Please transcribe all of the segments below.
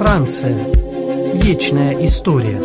Франция. Вечная история.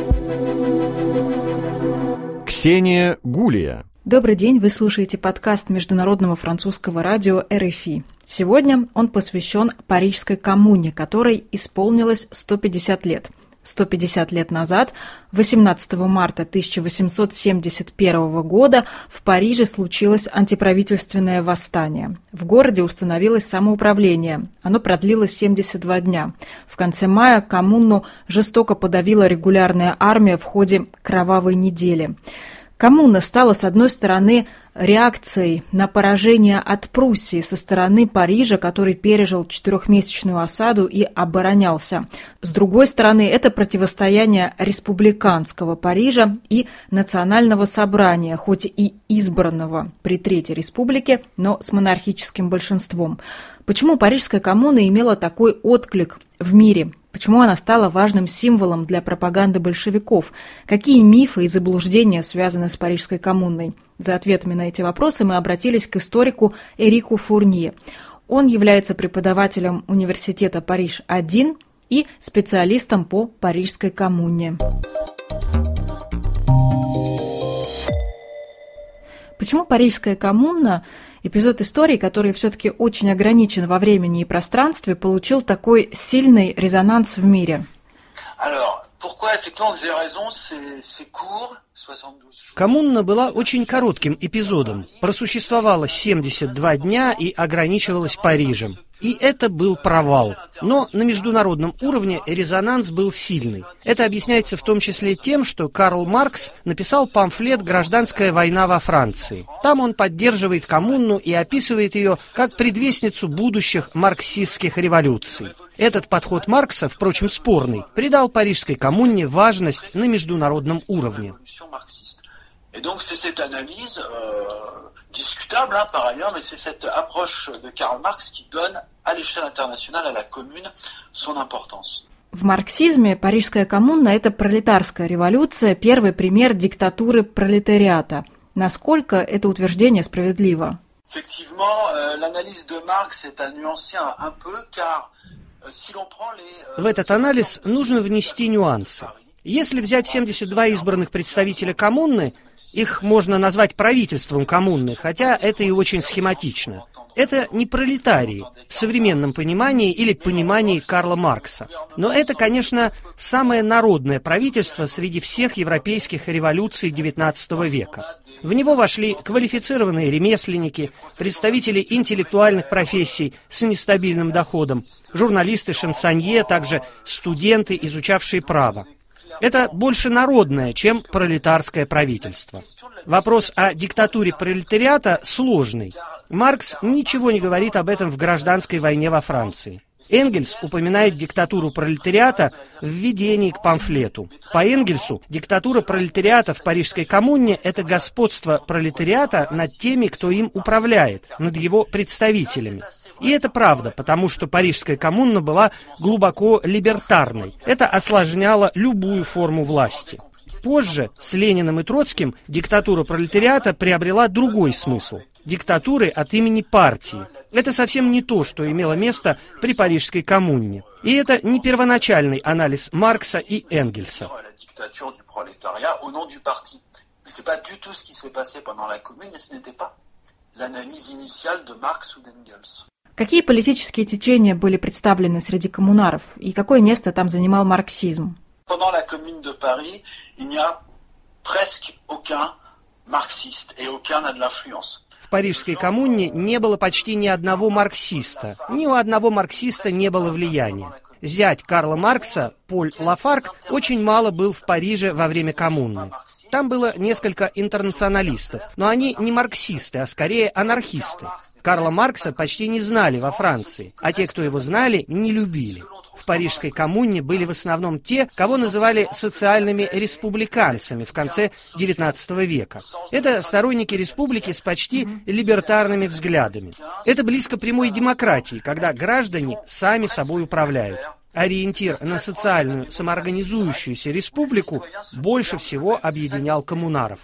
Ксения Гулия. Добрый день, вы слушаете подкаст Международного французского радио РФИ. Сегодня он посвящен Парижской коммуне, которой исполнилось 150 лет. 150 лет назад, 18 марта 1871 года, в Париже случилось антиправительственное восстание. В городе установилось самоуправление. Оно продлилось 72 дня. В конце мая коммуну жестоко подавила регулярная армия в ходе кровавой недели. Коммуна стала, с одной стороны, реакцией на поражение от Пруссии со стороны Парижа, который пережил 4-месячную осаду и оборонялся. С другой стороны, это противостояние республиканского Парижа и национального собрания, хоть и избранного при Третьей республике, но с монархическим большинством. Почему Парижская коммуна имела такой отклик в мире? Почему она стала важным символом для пропаганды большевиков? Какие мифы и заблуждения связаны с Парижской коммуной? За ответами на эти вопросы мы обратились к историку Эрику Фурнье. Он является преподавателем университета Париж-1 и специалистом по Парижской коммуне. Почему Парижская коммуна, эпизод истории, который все-таки очень ограничен во времени и пространстве, получил такой сильный резонанс в мире? Коммуна была очень коротким эпизодом, просуществовала 72 дня и ограничивалась Парижем. И это был провал. Но на международном уровне резонанс был сильный. Это объясняется в том числе тем, что Карл Маркс написал памфлет «Гражданская война во Франции». Там он поддерживает коммуну и описывает ее как предвестницу будущих марксистских революций. Этот подход Маркса, впрочем, спорный, придал Парижской коммуне важность на международном уровне. Discutable par ailleurs, mais c'est cette approche de Karl Marx qui donne à l'échelle internationale à la commune son importance. В марксизме Парижская коммуна – это пролетарская революция, первый пример диктатуры пролетариата. Насколько это утверждение справедливо? В этот анализ нужно внести нюансы. Если взять 72 избранных представителя коммуны, их можно назвать правительством коммуны, хотя это и очень схематично. Это не пролетарии в современном понимании или понимании Карла Маркса. Но это, конечно, самое народное правительство среди всех европейских революций XIX века. В него вошли квалифицированные ремесленники, представители интеллектуальных профессий с нестабильным доходом, журналисты-шансонье, также студенты, изучавшие право. Это больше народное, чем пролетарское правительство. Вопрос о диктатуре пролетариата сложный. Маркс ничего не говорит об этом в гражданской войне во Франции. Энгельс упоминает диктатуру пролетариата в введении к памфлету. По Энгельсу диктатура пролетариата в Парижской коммуне – это господство пролетариата над теми, кто им управляет, над его представителями. И это правда, потому что Парижская коммуна была глубоко либертарной. Это осложняло любую форму власти. Позже, с Лениным и Троцким, диктатура пролетариата приобрела другой смысл – диктатуры от имени партии. Это совсем не то, что имело место при Парижской коммуне. И это не первоначальный анализ Маркса и Энгельса. Какие политические течения были представлены среди коммунаров и какое место там занимал марксизм? В Парижской коммуне не было почти ни одного марксиста. Ни у одного марксиста не было влияния. Зять Карла Маркса, Поль Лафарг, очень мало был в Париже во время коммуны. Там было несколько интернационалистов, но они не марксисты, а скорее анархисты. Карла Маркса почти не знали во Франции, а те, кто его знали, не любили. В Парижской коммуне были в основном те, кого называли социальными республиканцами в конце XIX века. Это сторонники республики с почти либертарными взглядами. Это близко прямой демократии, когда граждане сами собой управляют. Ориентир на социальную самоорганизующуюся республику больше всего объединял коммунаров.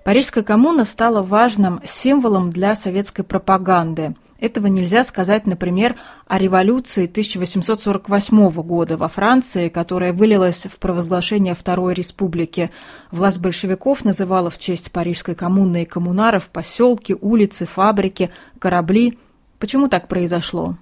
Парижская коммуна стала важным символом для советской пропаганды. Этого нельзя сказать, например, о революции 1848 года во Франции, которая вылилась в провозглашение Второй Республики. Власть большевиков называла в честь Парижской коммуны и коммунаров поселки, улицы, фабрики, корабли. Почему так произошло?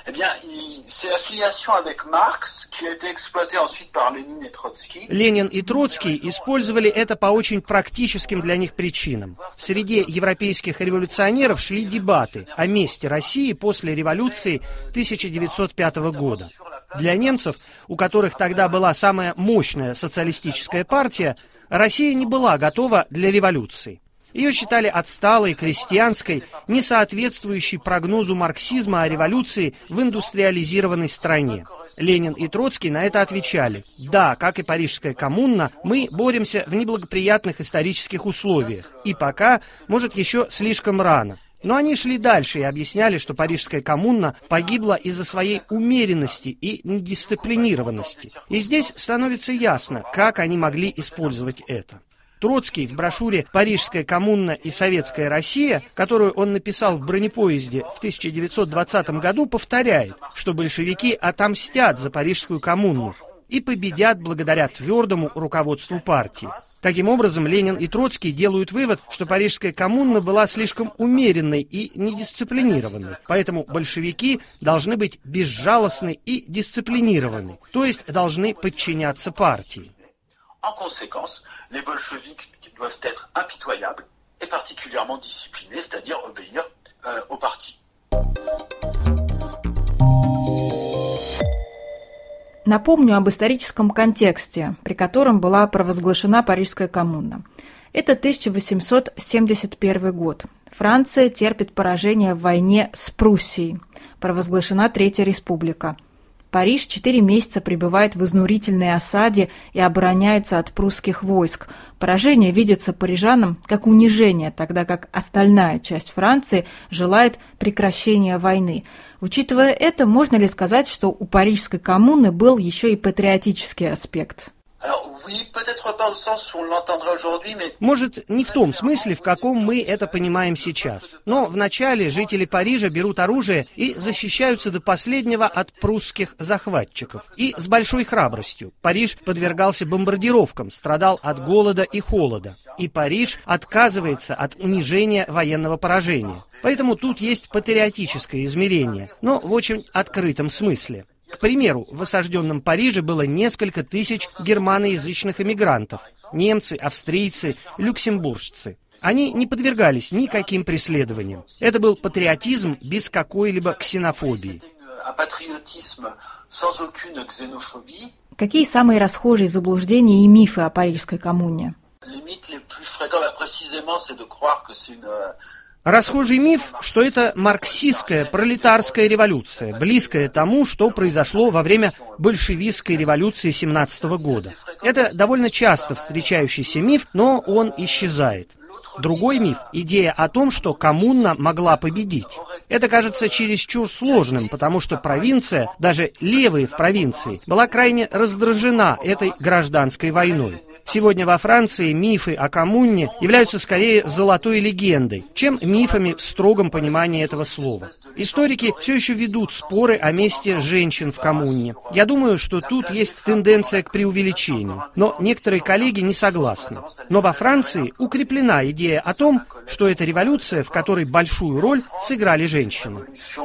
Ленин и Троцкий использовали это по очень практическим для них причинам. В среде европейских революционеров шли дебаты о месте России после революции 1905 года. Для немцев, у которых тогда была самая мощная социалистическая партия, Россия не была готова для революции. Ее считали отсталой, крестьянской, не соответствующей прогнозу марксизма о революции в индустриализированной стране. Ленин и Троцкий на это отвечали: да, как и Парижская коммуна, мы боремся в неблагоприятных исторических условиях, и пока, может, еще слишком рано. Но они шли дальше и объясняли, что Парижская коммуна погибла из-за своей умеренности и недисциплинированности. И здесь становится ясно, как они могли использовать это. Троцкий в брошюре «Парижская коммуна и советская Россия», которую он написал в бронепоезде в 1920 году, повторяет, что большевики отомстят за Парижскую коммуну и победят благодаря твердому руководству партии. Таким образом, Ленин и Троцкий делают вывод, что Парижская коммуна была слишком умеренной и недисциплинированной, поэтому большевики должны быть безжалостны и дисциплинированы, то есть должны подчиняться партии. En conséquence, les bolcheviks doivent être impitoyables et particulièrement disciplinés, c'est-à-dire obéir au parti. Напомню об историческом контексте, при котором была провозглашена Парижская коммуна. Это 1871 год. Франция терпит поражение в войне с Пруссией. Провозглашена Третья Республика. Париж 4 месяца пребывает в изнурительной осаде и обороняется от прусских войск. Поражение видится парижанам как унижение, тогда как остальная часть Франции желает прекращения войны. Учитывая это, можно ли сказать, что у Парижской коммуны был еще и патриотический аспект? Может, не в том смысле, в каком мы это понимаем сейчас. Но вначале жители Парижа берут оружие и защищаются до последнего от прусских захватчиков. И с большой храбростью. Париж подвергался бомбардировкам, страдал от голода и холода. И Париж отказывается от унижения военного поражения. Поэтому тут есть патриотическое измерение, но в очень открытом смысле. К примеру, в осажденном Париже было несколько тысяч германоязычных эмигрантов – немцы, австрийцы, люксембуржцы. Они не подвергались никаким преследованиям. Это был патриотизм без какой-либо ксенофобии. Какие самые расхожие заблуждения и мифы о Парижской коммуне? Расхожий миф, что это марксистская пролетарская революция, близкая тому, что произошло во время большевистской революции 1917 года. Это довольно часто встречающийся миф, но он исчезает. Другой миф – идея о том, что коммуна могла победить. Это кажется чересчур сложным, потому что провинция, даже левые в провинции, была крайне раздражена этой гражданской войной. Сегодня во Франции мифы о коммуне являются скорее золотой легендой, чем мифами в строгом понимании этого слова. Историки все еще ведут споры о месте женщин в коммуне. Я думаю, что тут есть тенденция к преувеличению, но некоторые коллеги не согласны. Но во Франции укреплена идея о том, что это революция, в которой большую роль сыграли женщины.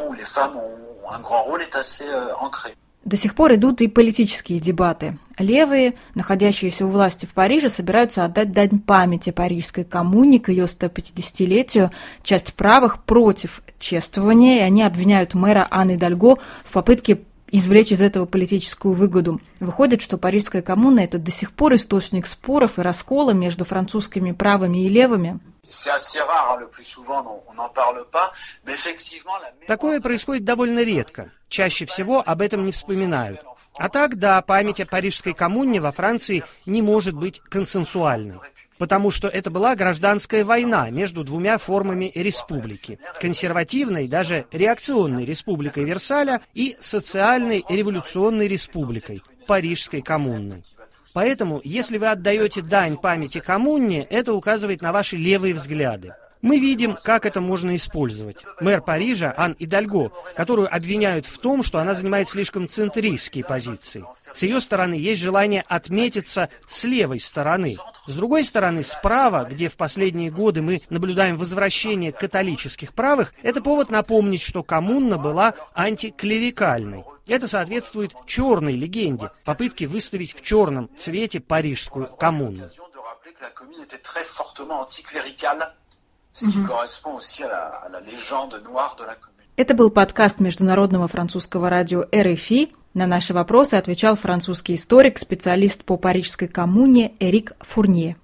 До сих пор идут и политические дебаты. Левые, находящиеся у власти в Париже, собираются отдать дань памяти Парижской коммуне к ее 150-летию. Часть правых против чествования, и они обвиняют мэра Анны Идальго в попытке извлечь из этого политическую выгоду. Выходит, что Парижская коммуна – это до сих пор источник споров и раскола между французскими правыми и левыми. Такое происходит довольно редко. Чаще всего об этом не вспоминают. А так, да, память о Парижской коммуне во Франции не может быть консенсуальной. Потому что это была гражданская война между двумя формами республики. Консервативной, даже реакционной республикой Версаля и социальной революционной республикой, Парижской коммуной. Поэтому, если вы отдаете дань памяти коммуне, это указывает на ваши левые взгляды. Мы видим, как это можно использовать. Мэр Парижа Ан Идальго, которую обвиняют в том, что она занимает слишком центристские позиции. С ее стороны есть желание отметиться с левой стороны. С другой стороны, справа, где в последние годы мы наблюдаем возвращение католических правых, это повод напомнить, что коммуна была антиклерикальной. Это соответствует черной легенде, попытке выставить в черном цвете парижскую коммуну. Это был подкаст Международного французского радио РФИ. На наши вопросы отвечал французский историк, специалист по парижской коммуне Эрик Фурнье.